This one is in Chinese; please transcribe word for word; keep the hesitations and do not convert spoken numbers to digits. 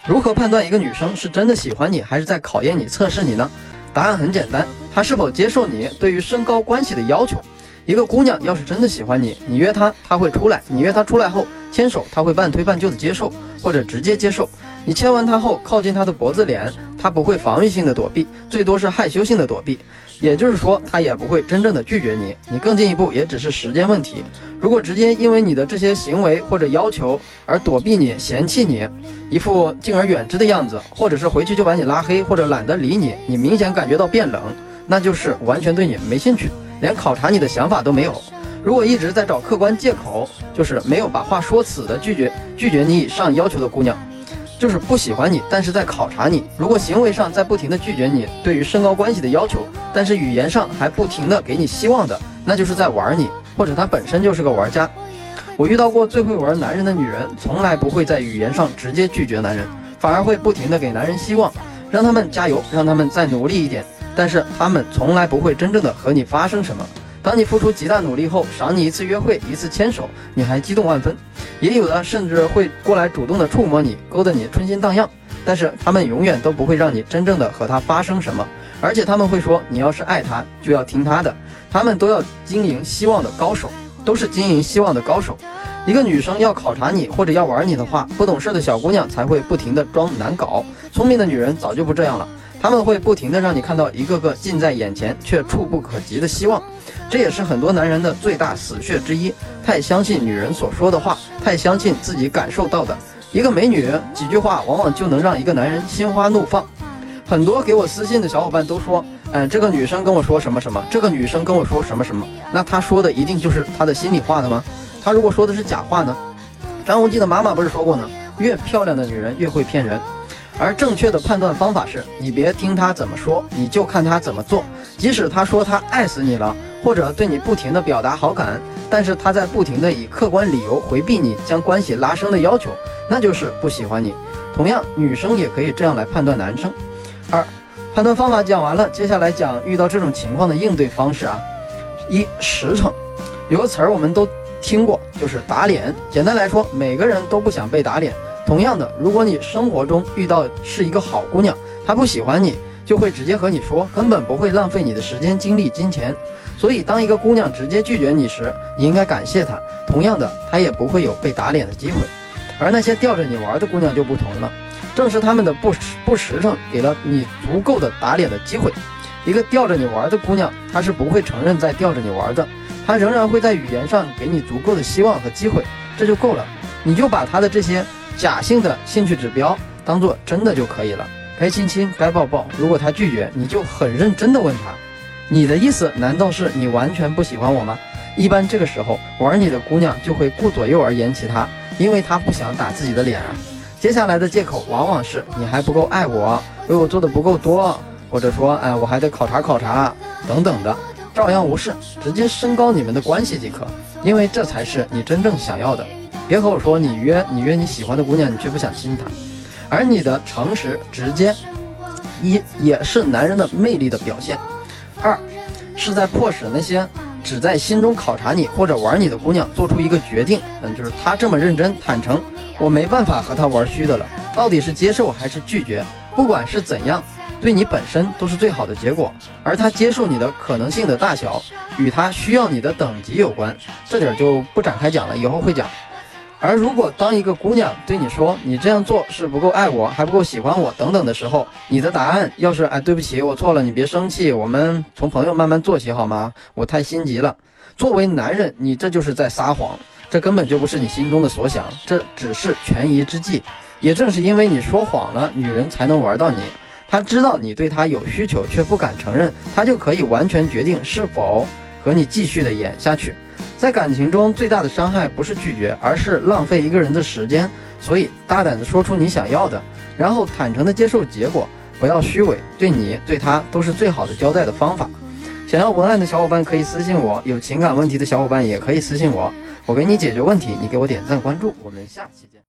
如何判断一个女生是真的喜欢你，还是在考验你、测试你呢？答案很简单，她是否接受你对于身高关系的要求。一个姑娘要是真的喜欢你，你约她，她会出来；你约她出来后牵手，她会半推半就的接受，或者直接接受。你牵完她后，靠近她的脖子脸，她不会防御性的躲避，最多是害羞性的躲避。也就是说，她也不会真正的拒绝你，你更进一步也只是时间问题。如果直接因为你的这些行为或者要求而躲避你、嫌弃你，一副敬而远之的样子，或者是回去就把你拉黑，或者懒得理你，你明显感觉到变冷，那就是完全对你没兴趣，连考察你的想法都没有。如果一直在找客观借口，就是没有把话说死的拒绝拒绝你以上要求的姑娘，就是不喜欢你，但是在考察你。如果行为上在不停的拒绝你对于身高关系的要求，但是语言上还不停的给你希望的，那就是在玩你，或者她本身就是个玩家。我遇到过最会玩男人的女人，从来不会在语言上直接拒绝男人，反而会不停的给男人希望，让他们加油，让他们再努力一点，但是他们从来不会真正的和你发生什么。当你付出极大努力后，赏你一次约会，一次牵手，你还激动万分，也有的甚至会过来主动的触摸你，勾得你春心荡漾，但是他们永远都不会让你真正的和他发生什么，而且他们会说，你要是爱他就要听他的，他们都要经营希望的高手，都是经营希望的高手。一个女生要考察你或者要玩你的话，不懂事的小姑娘才会不停的装难搞，聪明的女人早就不这样了，他们会不停的让你看到一个个近在眼前却触不可及的希望。这也是很多男人的最大死穴之一，太相信女人所说的话，太相信自己感受到的。一个美女几句话往往就能让一个男人心花怒放。很多给我私信的小伙伴都说，嗯，这个女生跟我说什么什么，这个女生跟我说什么什么，那她说的一定就是她的心里话的吗？她如果说的是假话呢？张无忌的妈妈不是说过呢，越漂亮的女人越会骗人。而正确的判断方法是，你别听她怎么说，你就看她怎么做。即使她说她爱死你了，或者对你不停的表达好感，但是她在不停的以客观理由回避你将关系拉升的要求，那就是不喜欢你。同样，女生也可以这样来判断男生。二，判断方法讲完了，接下来讲遇到这种情况的应对方式啊。一，实诚。有个词儿我们都听过，就是打脸。简单来说，每个人都不想被打脸。同样的，如果你生活中遇到是一个好姑娘，她不喜欢你，就会直接和你说，根本不会浪费你的时间、精力、金钱。所以当一个姑娘直接拒绝你时，你应该感谢她，同样的，她也不会有被打脸的机会。而那些吊着你玩的姑娘就不同了，正是她们的不实不实诚给了你足够的打脸的机会。一个吊着你玩的姑娘，她是不会承认在吊着你玩的，她仍然会在语言上给你足够的希望和机会，这就够了。你就把她的这些假性的兴趣指标当做真的就可以了，该亲亲该抱抱。如果他拒绝，你就很认真的问他，你的意思难道是你完全不喜欢我吗？一般这个时候玩你的姑娘就会顾左右而言其他，因为她不想打自己的脸啊。接下来的借口往往是你还不够爱我，为我做的不够多，或者说哎我还得考察考察等等的，照样无视，直接升高你们的关系即可，因为这才是你真正想要的。别和我说你约你约你喜欢的姑娘，你却不想亲她。而你的诚实直接，一也是男人的魅力的表现。二是在迫使那些只在心中考察你或者玩你的姑娘做出一个决定，嗯，就是她这么认真坦诚，我没办法和她玩虚的了，到底是接受还是拒绝，不管是怎样，对你本身都是最好的结果。而她接受你的可能性的大小与她需要你的等级有关，这点就不展开讲了，以后会讲。而如果当一个姑娘对你说你这样做是不够爱我，还不够喜欢我等等的时候，你的答案要是哎对不起我错了，你别生气，我们从朋友慢慢做起好吗？我太心急了。作为男人，你这就是在撒谎，这根本就不是你心中的所想，这只是权宜之计。也正是因为你说谎了，女人才能玩到你。她知道你对她有需求却不敢承认，她就可以完全决定是否和你继续的演下去。在感情中最大的伤害不是拒绝，而是浪费一个人的时间。所以大胆的说出你想要的，然后坦诚的接受结果，不要虚伪，对你对他都是最好的交代的方法。想要文案的小伙伴可以私信我，有情感问题的小伙伴也可以私信我，我给你解决问题，你给我点赞关注，我们下期见。